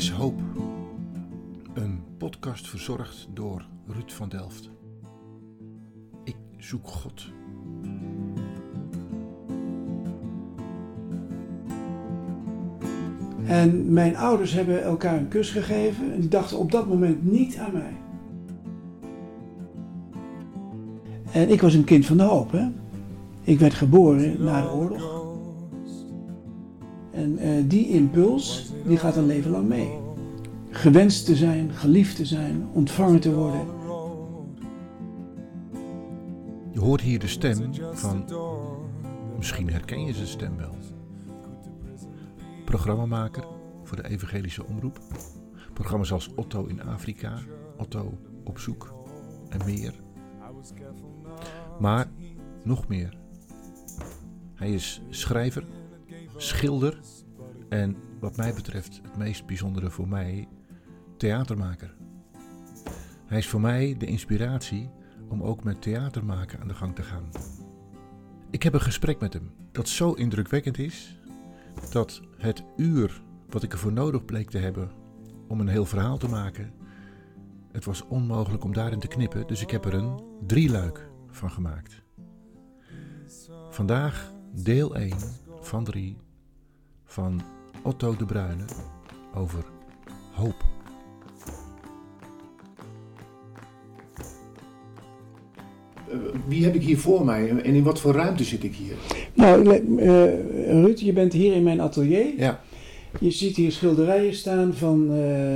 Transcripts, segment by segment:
is hoop. Een podcast verzorgd door Ruud van Delft. Ik zoek God. En mijn ouders hebben elkaar een kus gegeven en die dachten op dat moment niet aan mij. En ik was een kind van de hoop, hè. Ik werd geboren na de oorlog. En die impuls, die gaat een leven lang mee. Gewenst te zijn, geliefd te zijn, ontvangen te worden. Je hoort hier de stem van, misschien herken je zijn stem wel. Programmamaker voor de evangelische omroep. Programma's als Otto in Afrika, Otto op zoek en meer. Maar nog meer. Hij is schrijver, schilder en wat mij betreft het meest bijzondere voor mij, theatermaker. Hij is voor mij de inspiratie om ook met theatermaken aan de gang te gaan. Ik heb een gesprek met hem dat zo indrukwekkend is, dat het uur wat ik ervoor nodig bleek te hebben om een heel verhaal te maken, het was onmogelijk om daarin te knippen, dus ik heb er een 3-luik van gemaakt. Vandaag deel 1 van 3 van Otto de Bruyne over hoop. Wie heb ik hier voor mij en in wat voor ruimte zit ik hier? Nou, Ruud, je bent hier in mijn atelier. Ja. Je ziet hier schilderijen staan van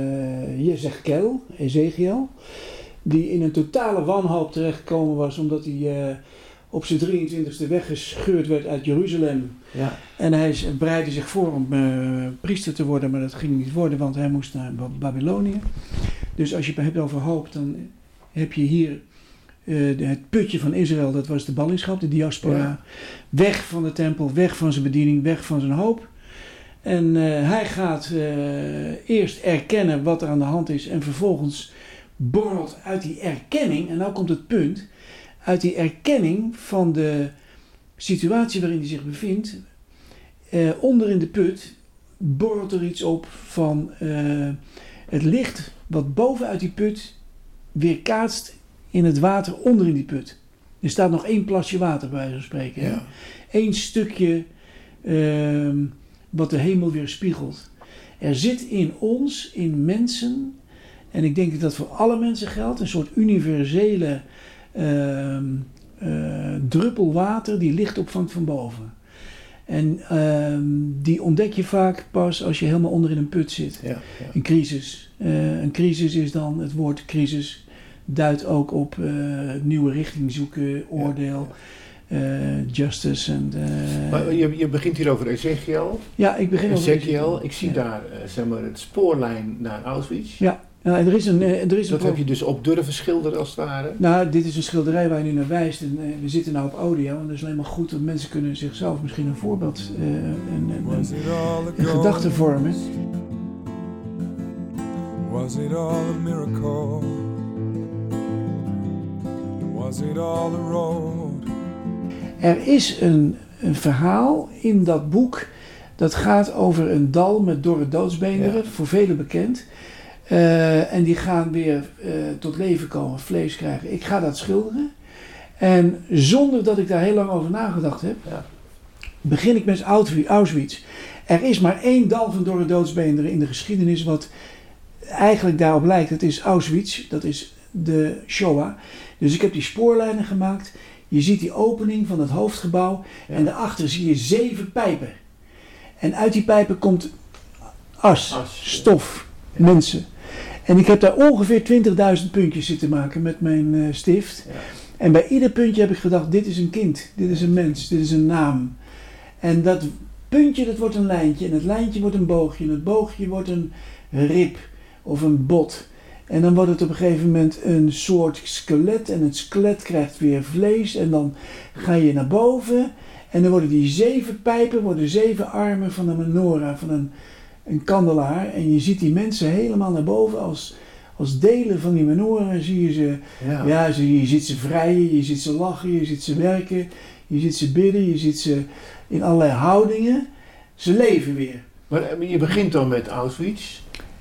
Ezekiel, die in een totale wanhoop terechtgekomen was omdat hij op zijn 23e weggescheurd werd uit Jeruzalem. Ja. En hij bereidde zich voor om priester te worden, maar dat ging niet worden, want hij moest naar Babylonië. Dus als je het hebt over hoop, dan heb je hier het putje van Israël, dat was de ballingschap, de diaspora. Ja. Weg van de tempel, weg van zijn bediening, weg van zijn hoop. En hij gaat eerst erkennen wat er aan de hand is en vervolgens borrelt uit die erkenning, en nou komt het punt, uit die erkenning van de situatie waarin hij zich bevindt, onder in de put borrelt er iets op van het licht wat bovenuit die put weerkaatst in het water onder in die put. Er staat nog 1 plasje water bij wijze van spreken. Ja. 1 stukje wat de hemel weer spiegelt. Er zit in ons, in mensen, en ik denk dat dat voor alle mensen geldt, een soort universele druppel water die licht opvangt van boven. En die ontdek je vaak pas als je helemaal onder in een put zit. Ja, ja. Een crisis. Een crisis is dan, het woord crisis duidt ook op nieuwe richting zoeken, oordeel, justice. Maar je begint hier over Ezekiel. Ja, ik begin over Ezekiel. Ik zie daar zeg maar het spoorlijn naar Auschwitz. Ja. Nou, er is dat heb je dus op durven schilderen als het ware? Nou, dit is een schilderij waar je nu naar wijst. En we zitten nou op audio. En dat is alleen maar goed dat mensen kunnen zichzelf misschien een voorbeeld, een gedachte vormen. Was it all a miracle? Was it all a road? Er is een verhaal in dat boek dat gaat over een dal met dorre doodsbeenderen, voor velen bekend. En die gaan weer tot leven komen, vlees krijgen. Ik ga dat schilderen. En zonder dat ik daar heel lang over nagedacht heb, begin ik met Auschwitz. Er is maar 1 dal van dorre doodsbeenderen in de geschiedenis wat eigenlijk daarop lijkt. Het is Auschwitz, dat is de Shoah. Dus ik heb die spoorlijnen gemaakt. Je ziet die opening van het hoofdgebouw. Ja. En daarachter zie je 7 pijpen. En uit die pijpen komt as stof, mensen. En ik heb daar ongeveer 20.000 puntjes zitten maken met mijn stift. Ja. En bij ieder puntje heb ik gedacht, dit is een kind, dit is een mens, dit is een naam. En dat puntje, dat wordt een lijntje. En het lijntje wordt een boogje. En het boogje wordt een rib of een bot. En dan wordt het op een gegeven moment een soort skelet. En het skelet krijgt weer vlees. En dan ga je naar boven. En dan worden die 7 pijpen, worden 7 armen van een menorah, van een kandelaar. En je ziet die mensen helemaal naar boven als delen van die menorah. Zie je ze, je ziet ze vrijen, je ziet ze lachen, je ziet ze werken. Je ziet ze bidden, je ziet ze in allerlei houdingen. Ze leven weer. Maar je begint dan met Auschwitz.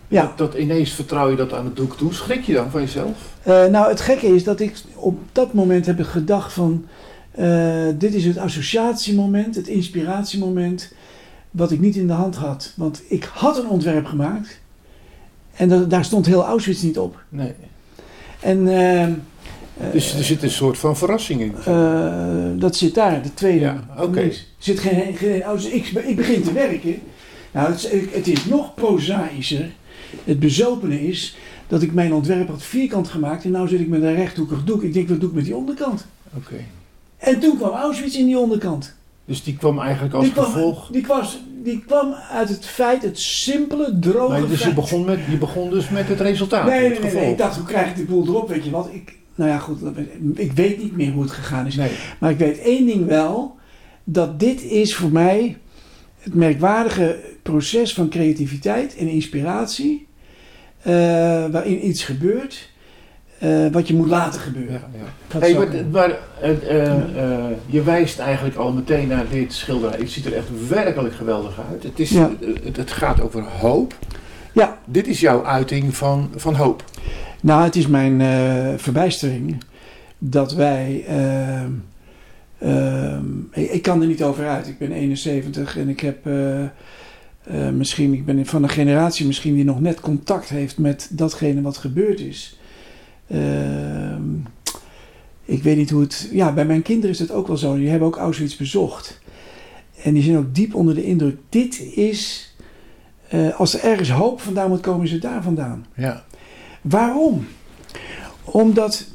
Ja. Dat ineens vertrouw je dat aan het doek toe. Schrik je dan van jezelf? Nou, het gekke is dat ik op dat moment heb gedacht van... dit is het associatiemoment, het inspiratiemoment... wat ik niet in de hand had. Want ik had een ontwerp gemaakt... en daar stond heel Auschwitz niet op. Nee. En... dus er zit een soort van verrassing in? Dat zit daar, de tweede. Ja, oké. Er zit geen Auschwitz. Ik begin te werken. Nou, het is nog prozaïscher. Het bezopene is dat ik mijn ontwerp had vierkant gemaakt en nu zit ik met een rechthoekig doek. Ik denk, wat doe ik met die onderkant? Oké. En toen kwam Auschwitz in die onderkant. Dus die kwam eigenlijk als gevolg... Die kwam uit het feit, het simpele, droge dus feit. je begon dus met het resultaat. Nee, het gevolg. ik dacht, hoe krijg ik die boel erop, weet je wat? Nou ja, goed, ik weet niet meer hoe het gegaan is. Nee. Maar ik weet één ding wel, dat dit is voor mij het merkwaardige proces van creativiteit en inspiratie, waarin iets gebeurt wat je moet laten gebeuren. Ja. Hey, maar je wijst eigenlijk al meteen naar dit schilderij. Het ziet er echt werkelijk geweldig uit. Het gaat over hoop. Ja. Dit is jouw uiting van hoop. Nou, het is mijn verbijstering dat wij... ik kan er niet over uit. Ik ben 71 en ik heb... ik ben van een generatie misschien die nog net contact heeft met datgene wat gebeurd is. Ik weet niet hoe het... Ja, bij mijn kinderen is het ook wel zo. Die hebben ook Auschwitz bezocht. En die zijn ook diep onder de indruk. Dit is... als er ergens hoop vandaan moet komen, is het daar vandaan. Ja. Waarom? Omdat...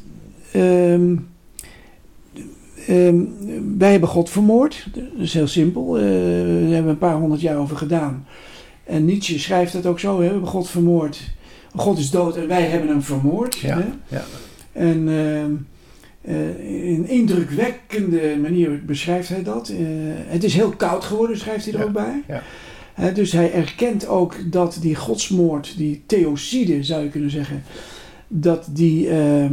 wij hebben God vermoord. Dat is heel simpel. Daar hebben we een paar honderd jaar over gedaan. En Nietzsche schrijft dat ook zo. Hè? We hebben God vermoord. God is dood en wij hebben hem vermoord. Ja, hè? ja. En in een indrukwekkende manier beschrijft hij dat. Het is heel koud geworden, schrijft hij er ook bij. Ja. Dus hij erkent ook dat die godsmoord, die theocide zou je kunnen zeggen, dat die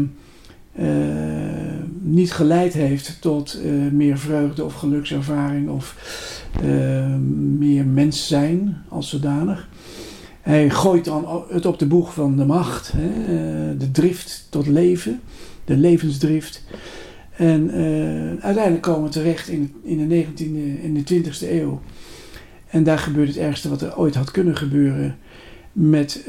niet geleid heeft tot meer vreugde of gelukservaring of meer mens zijn als zodanig. Hij gooit dan het op de boeg van de macht, de drift tot leven, de levensdrift. En uiteindelijk komen we terecht in de 19e en de 20e eeuw. En daar gebeurt het ergste wat er ooit had kunnen gebeuren met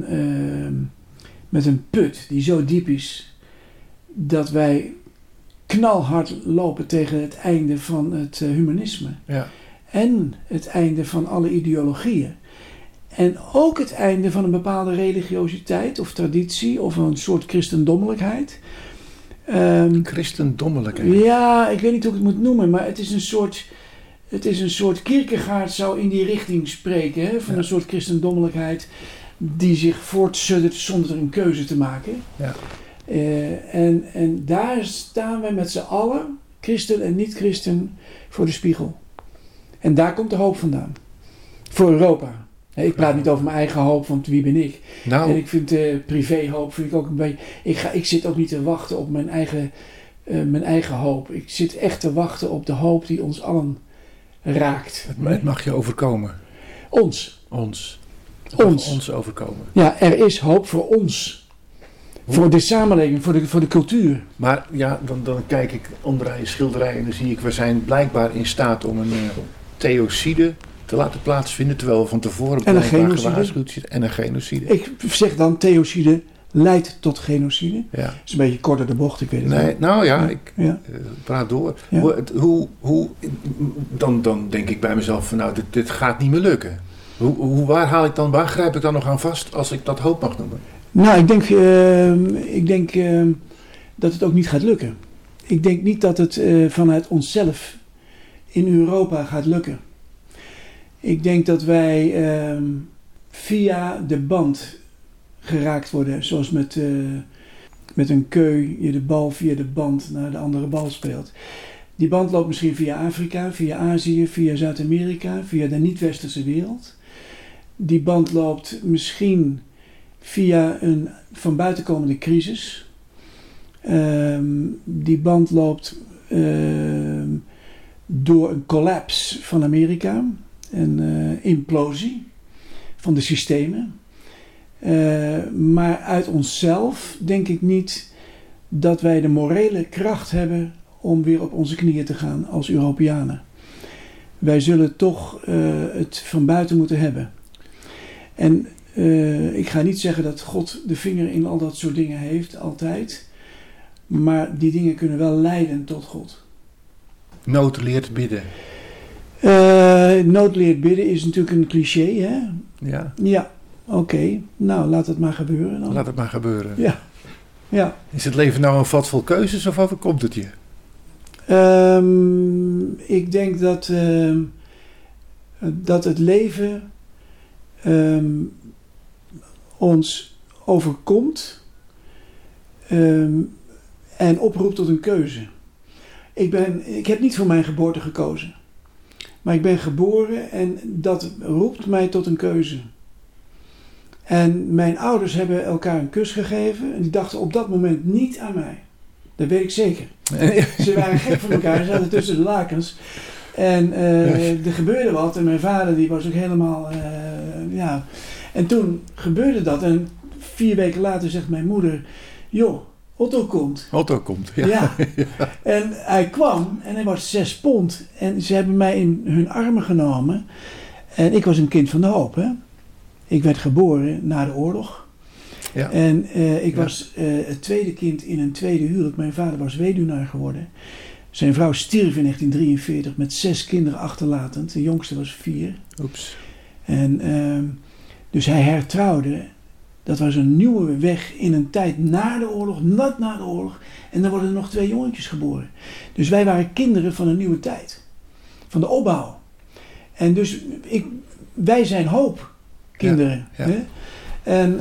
een put die zo diep is dat wij knalhard lopen tegen het einde van het humanisme. Ja. En het einde van alle ideologieën. En ook het einde van een bepaalde religiositeit of traditie of een soort christendommelijkheid. Christendommelijkheid? Ja, ik weet niet hoe ik het moet noemen, maar het is een soort Kierkegaard zou in die richting spreken, hè, van een soort christendommelijkheid die zich voortsuddert zonder een keuze te maken. Ja. En daar staan we met z'n allen, christen en niet-christen, voor de spiegel. En daar komt de hoop vandaan. Voor Europa. Ik praat niet over mijn eigen hoop, want wie ben ik? Nou. En ik vind privéhoop vind ik ook een beetje... Ik zit ook niet te wachten op mijn eigen hoop. Ik zit echt te wachten op de hoop die ons allen raakt. Het mag je overkomen. Ons. Ons overkomen. Ja, er is hoop voor ons. Voor de samenleving, voor de cultuur. Maar ja, dan kijk ik onder je schilderij en dan zie ik, we zijn blijkbaar in staat om een theocide te laten plaatsvinden, terwijl we van tevoren blijkbaar gewaarschuwd zitten. En een genocide. Ik zeg dan, theocide leidt tot genocide. Ja. Dat is een beetje korter de bocht, ik weet het niet. Nou ja, ik praat door. Ja. Dan denk ik bij mezelf van, nou, dit gaat niet meer lukken. Waar grijp ik dan nog aan vast als ik dat hoop mag noemen? Nou, ik denk dat het ook niet gaat lukken. Ik denk niet dat het vanuit onszelf in Europa gaat lukken. Ik denk dat wij via de band geraakt worden, zoals met een keu je de bal via de band naar de andere bal speelt. Die band loopt misschien via Afrika, via Azië, via Zuid-Amerika, via de niet-westerse wereld. Die band loopt misschien via een van buiten komende crisis. Die band loopt door een collapse van Amerika. Een implosie van de systemen. Maar uit onszelf denk ik niet dat wij de morele kracht hebben om weer op onze knieën te gaan als Europeanen. Wij zullen toch het van buiten moeten hebben. En ik ga niet zeggen dat God de vinger in al dat soort dingen heeft, altijd. Maar die dingen kunnen wel leiden tot God. Nood leert bidden. Nood leert bidden is natuurlijk een cliché, hè? Ja. Ja, oké. Nou, laat het maar gebeuren dan. Laat het maar gebeuren. Ja. Is het leven nou een vat vol keuzes of overkomt het je? Ik denk dat het leven ons overkomt en oproept tot een keuze. Ik heb niet voor mijn geboorte gekozen. Maar ik ben geboren en dat roept mij tot een keuze. En mijn ouders hebben elkaar een kus gegeven en die dachten op dat moment niet aan mij. Dat weet ik zeker. Ze waren gek van elkaar, ze zaten tussen de lakens. En er gebeurde wat en mijn vader die was ook helemaal... En toen gebeurde dat en 4 weken later zegt mijn moeder... Joh, Otto komt. Otto komt, ja. Ja. En hij kwam en hij was 6 pond. En ze hebben mij in hun armen genomen. En ik was een kind van de hoop, hè. Ik werd geboren na de oorlog. Ja. En ik was het tweede kind in een tweede huwelijk. Mijn vader was weduwnaar geworden. Zijn vrouw stierf in 1943 met 6 kinderen achterlatend. De jongste was 4. Oeps. En dus hij hertrouwde. Dat was een nieuwe weg in een tijd na de oorlog, net na de oorlog. En dan worden er nog 2 jongetjes geboren. Dus wij waren kinderen van een nieuwe tijd. Van de opbouw. En dus wij zijn hoop, kinderen. Ja, ja. Hè? En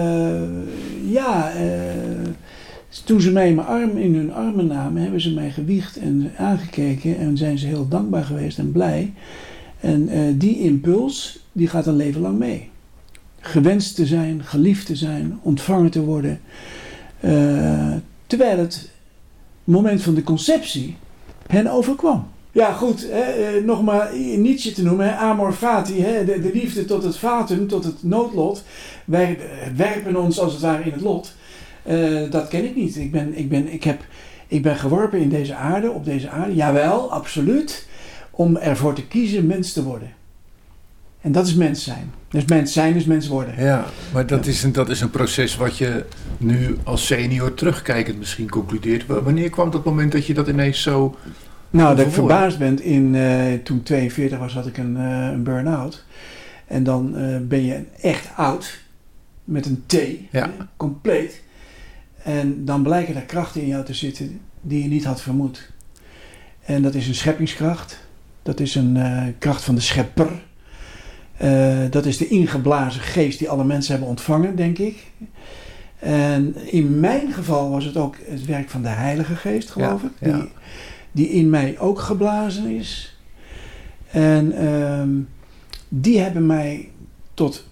toen ze mij in hun armen namen, hebben ze mij gewiegd en aangekeken. En zijn ze heel dankbaar geweest en blij. En die impuls, die gaat een leven lang mee. Gewenst te zijn, geliefd te zijn, ontvangen te worden. Terwijl het moment van de conceptie hen overkwam. Ja goed, nog maar Nietzsche te noemen, hè, amor fati, hè, de liefde tot het fatum, tot het noodlot. Wij werpen ons als het ware in het lot. Dat ken ik niet. Ik ben geworpen in deze aarde, op deze aarde, jawel, absoluut, om ervoor te kiezen mens te worden. En dat is mens zijn. Dus mens zijn is mens worden. Ja, maar dat is een proces wat je nu als senior terugkijkend misschien concludeert. Wanneer kwam dat moment dat je dat ineens zo... Nou, dat ik verbaasd ben. Toen ik 42 was, had ik een burn-out. En dan ben je echt oud. Met een T. Ja. Compleet. En dan blijken er krachten in jou te zitten die je niet had vermoed. En dat is een scheppingskracht. Dat is een kracht van de schepper. Dat is de ingeblazen geest die alle mensen hebben ontvangen, denk ik. En in mijn geval was het ook het werk van de Heilige Geest, geloof ik. Die in mij ook geblazen is. En die hebben mij tot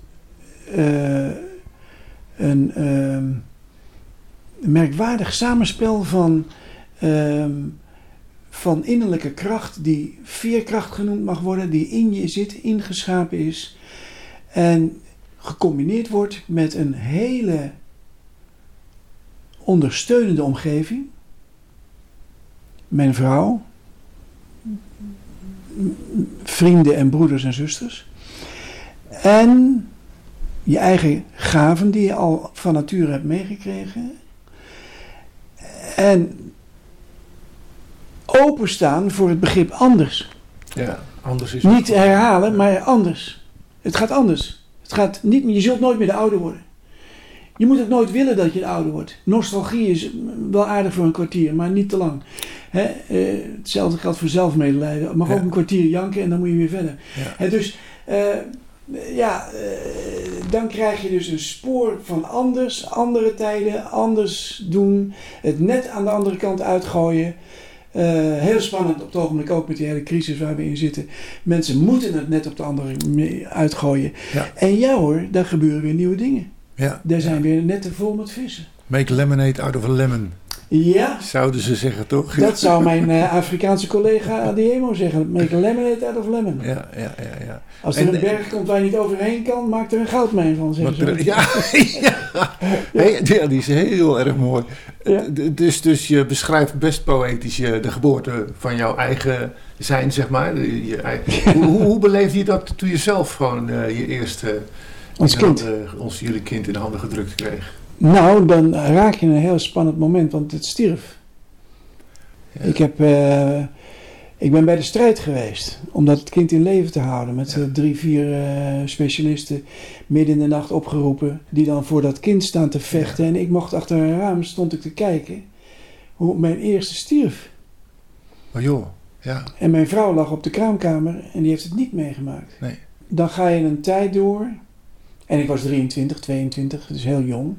een merkwaardig samenspel van innerlijke kracht, die veerkracht genoemd mag worden, die in je zit, ingeschapen is. En gecombineerd wordt met een hele ondersteunende omgeving. Mijn vrouw, vrienden en broeders en zusters. En je eigen gaven die je al van nature hebt meegekregen. En openstaan voor het begrip anders. Ja, anders is het. Niet herhalen, maar anders. Het gaat anders. Het gaat niet, je zult nooit meer de oude worden. Je moet het nooit willen dat je de oude wordt. Nostalgie is wel aardig voor een kwartier, maar niet te lang. Hetzelfde geldt voor zelfmedelijden. Je mag ook een kwartier janken en dan moet je weer verder. Ja. Dus dan krijg je dus een spoor van anders, andere tijden, anders doen. Het net aan de andere kant uitgooien. Heel spannend op het ogenblik ook met die hele crisis waar we in zitten. Mensen moeten het net op de andere uitgooien. Ja. En ja hoor, daar gebeuren weer nieuwe dingen. Ja. Daar zijn weer netten vol met vissen. Make lemonade out of a lemon. Ja, Zouden ze zeggen, toch? dat zou mijn Afrikaanse collega Adiemo zeggen. Make a lemonade out of lemon. Ja. Als er een berg komt waar je niet overheen kan, maak er een goudmijn van, zeggen ze. Ja. Hey, die is heel erg mooi. Ja. Dus je beschrijft best poëtisch de geboorte van jouw eigen zijn, zeg maar. Hoe beleefde je dat toen je zelf gewoon je eerste... jullie kind in de handen gedrukt kreeg? Nou, dan raak je een heel spannend moment, want het stierf. Ja. Ik ben bij de strijd geweest om dat kind in leven te houden. Met 3-4 specialisten midden in de nacht opgeroepen. Die dan voor dat kind staan te vechten. Ja. En ik mocht achter een raam, stond ik te kijken hoe mijn eerste stierf. Oh joh, ja. En mijn vrouw lag op de kraamkamer en die heeft het niet meegemaakt. Nee. Dan ga je een tijd door. En ik was 23, 22, dus heel jong.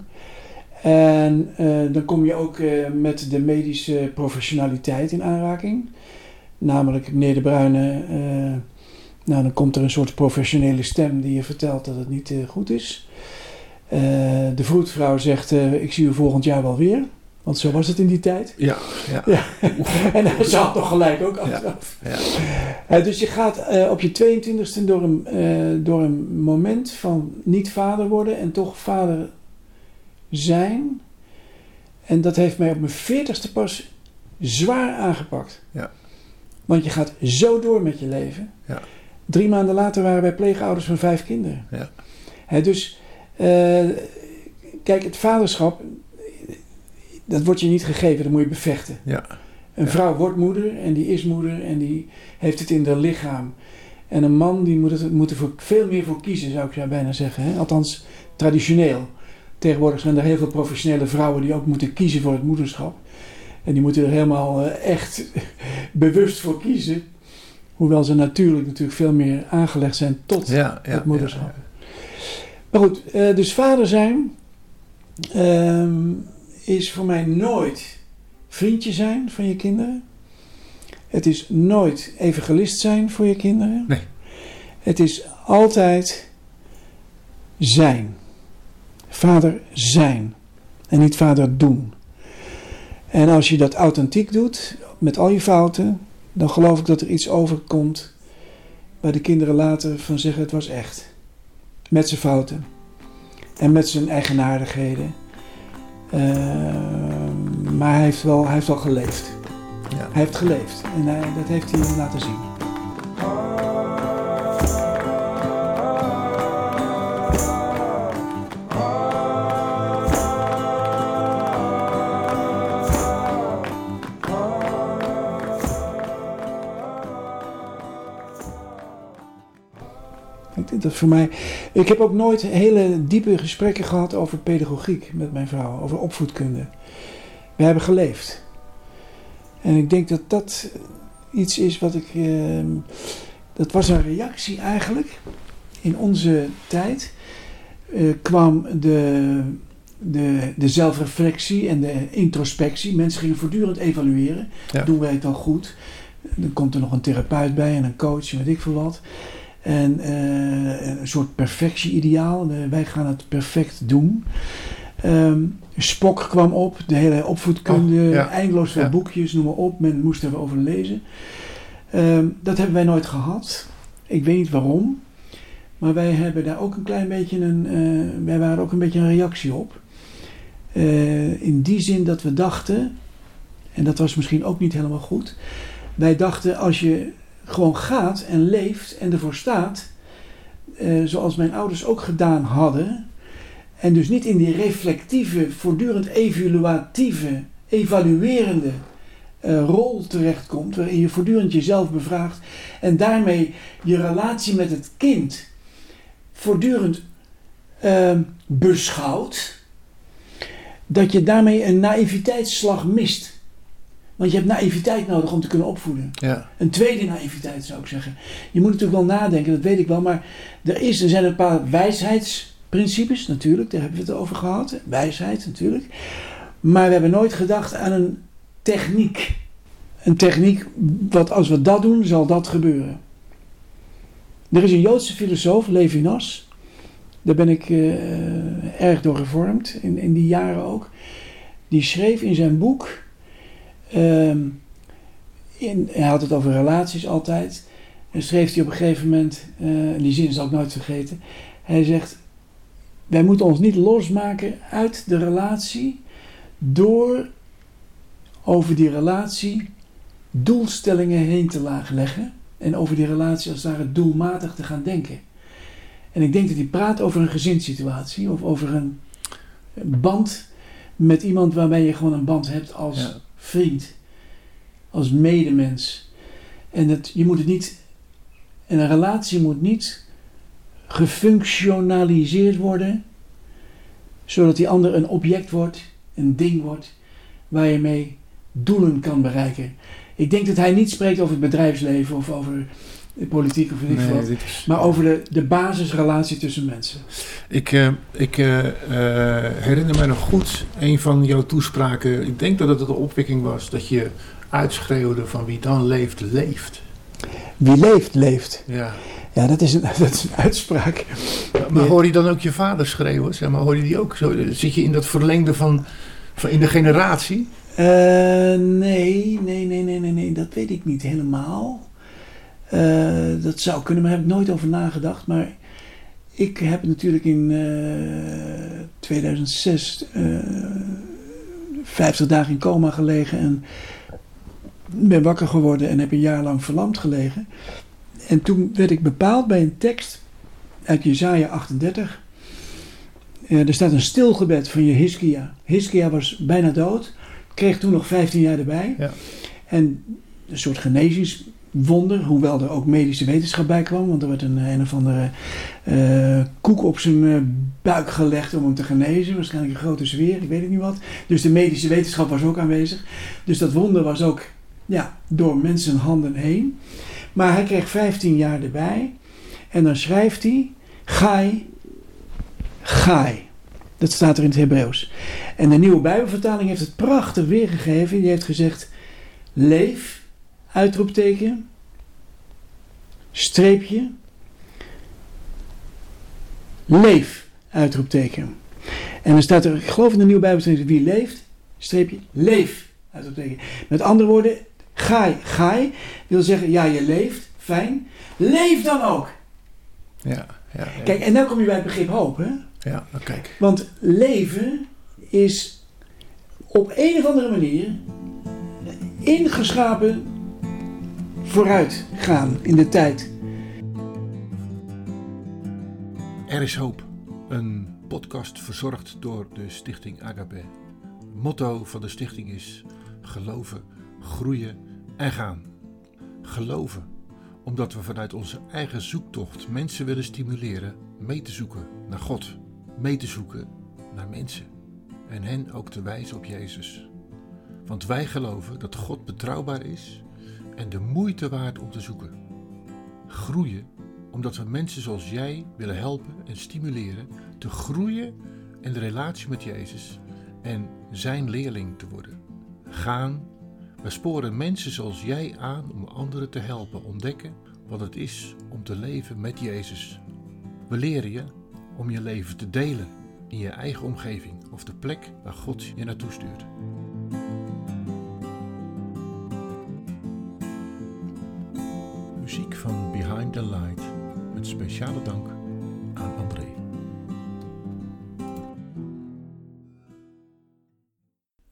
En dan kom je ook met de medische professionaliteit in aanraking. Namelijk meneer De Bruyne, dan komt er een soort professionele stem die je vertelt dat het niet goed is. De vroedvrouw zegt, ik zie u volgend jaar wel weer. Want zo was het in die tijd. Ja. En hij zat nog gelijk ook achteraf. Ja. Dus je gaat op je 22e door een moment van niet vader worden en toch vader zijn. En dat heeft mij op mijn 40ste pas zwaar aangepakt. Ja. Want je gaat zo door met je leven. Ja. 3 maanden later waren wij pleegouders van 5 kinderen. Ja. Dus kijk, het vaderschap, dat wordt je niet gegeven, dat moet je bevechten. Ja. Een vrouw wordt moeder en die is moeder en die heeft het in haar lichaam. En een man die moet er veel meer voor kiezen, zou ik bijna zeggen. Hè? Althans, traditioneel. Tegenwoordig zijn er heel veel professionele vrouwen die ook moeten kiezen voor het moederschap. En die moeten er helemaal echt bewust voor kiezen. Hoewel ze natuurlijk veel meer aangelegd zijn tot het moederschap. Ja. Maar goed, dus vader zijn is voor mij nooit vriendje zijn van je kinderen. Het is nooit evangelist zijn voor je kinderen. Nee. Het is altijd zijn. Vader zijn. En niet vader doen. En als je dat authentiek doet, met al je fouten, dan geloof ik dat er iets overkomt waar de kinderen later van zeggen het was echt. Met zijn fouten. En met zijn eigenaardigheden. Maar hij heeft wel geleefd. Ja. Hij heeft geleefd. En dat heeft hij laten zien. Dat voor mij. Ik heb ook nooit hele diepe gesprekken gehad over pedagogiek met mijn vrouw, over opvoedkunde. We hebben geleefd. En ik denk dat dat iets is wat ik... dat was een reactie eigenlijk. In onze tijd kwam de zelfreflectie en de introspectie. Mensen gingen voortdurend evalueren. Ja. Doen wij het wel goed? Dan komt er nog een therapeut bij en een coach en weet ik veel wat. En een soort perfectie-ideaal. Wij gaan het perfect doen. Spock kwam op. De hele opvoedkunde. Eindeloos veel boekjes, noem maar op. Men moest erover lezen. Dat hebben wij nooit gehad. Ik weet niet waarom. Maar wij hebben daar ook een klein beetje wij waren ook een beetje een reactie op. In die zin dat we dachten, en dat was misschien ook niet helemaal goed. Wij dachten als je gewoon gaat en leeft en ervoor staat, zoals mijn ouders ook gedaan hadden, en dus niet in die reflectieve, voortdurend evaluerende rol terechtkomt, waarin je voortdurend jezelf bevraagt en daarmee je relatie met het kind voortdurend beschouwt, dat je daarmee een naïviteitsslag mist. Want je hebt naïviteit nodig om te kunnen opvoeden. Ja. Een tweede naïviteit zou ik zeggen. Je moet natuurlijk wel nadenken, dat weet ik wel. Maar er zijn een paar wijsheidsprincipes natuurlijk. Daar hebben we het over gehad. Wijsheid natuurlijk. Maar we hebben nooit gedacht aan een techniek. Een techniek, wat als we dat doen, zal dat gebeuren. Er is een Joodse filosoof, Levinas. Daar ben ik erg door gevormd. In die jaren ook. Die schreef in zijn boek Hij had het over relaties altijd. En schreef hij op een gegeven moment, die zin zal ik nooit vergeten. Hij zegt, wij moeten ons niet losmaken uit de relatie door over die relatie doelstellingen heen te leggen. En over die relatie als het ware doelmatig te gaan denken. En ik denk dat hij praat over een gezinssituatie of over een band met iemand waarmee je gewoon een band hebt als vriend, als medemens. En een relatie moet niet gefunctionaliseerd worden, zodat die ander een object wordt, een ding wordt, waar je mee doelen kan bereiken. Ik denk dat hij niet spreekt over het bedrijfsleven of over de politiek of weet ik wat, maar over de basisrelatie tussen mensen. Ik herinner me nog goed een van jouw toespraken. Ik denk dat het de opwekking was dat je uitschreeuwde van wie dan leeft, leeft. Wie leeft, leeft. Ja. Ja, dat is een uitspraak. Maar hoor je dan ook je vader schreeuwen? Zeg maar, hoor je die ook zo? Zit je in dat verlengde van in de generatie? Nee, dat weet ik niet helemaal. Dat zou kunnen, maar daar heb ik nooit over nagedacht. Maar ik heb natuurlijk in 2006 50 dagen in coma gelegen en ben wakker geworden en heb een jaar lang verlamd gelegen. En toen werd ik bepaald bij een tekst uit Jesaja 38. Er staat een stilgebed van Hiskia. Hiskia was bijna dood, kreeg toen nog 15 jaar erbij. Ja. En een soort genezingswonder, hoewel er ook medische wetenschap bij kwam, want er werd een of andere koek op zijn buik gelegd om hem te genezen. Waarschijnlijk een grote zweer, ik weet het niet wat. Dus de medische wetenschap was ook aanwezig. Dus dat wonder was ook door mensenhanden heen. Maar hij kreeg 15 jaar erbij. En dan schrijft hij, Gai. Dat staat er in het Hebreeuws. En de Nieuwe Bijbelvertaling heeft het prachtig weergegeven. Die heeft gezegd, leef, uitroepteken, streepje, leef, uitroepteken. En dan staat er, ik geloof in de Nieuwe Bijbelvertaling, wie leeft, streepje, leef, uitroepteken. Met andere woorden, Gai wil zeggen, ja, je leeft, fijn, leef dan ook. Ja. Kijk, en dan kom je bij het begrip hoop, hè? Ja, kijk. Want leven is op een of andere manier ingeschapen vooruit gaan in de tijd. Er is hoop. Een podcast verzorgd door de stichting Agape. Het motto van de stichting is geloven, groeien en gaan. Geloven, omdat we vanuit onze eigen zoektocht mensen willen stimuleren mee te zoeken naar God. Mee te zoeken naar mensen. En hen ook te wijzen op Jezus. Want wij geloven dat God betrouwbaar is en de moeite waard om te zoeken. Groeien, omdat we mensen zoals jij willen helpen en stimuleren te groeien in de relatie met Jezus en zijn leerling te worden. Gaan, we sporen mensen zoals jij aan om anderen te helpen ontdekken wat het is om te leven met Jezus. We leren je om je leven te delen in je eigen omgeving of de plek waar God je naartoe stuurt. Muziek van Behind the Light met speciale dank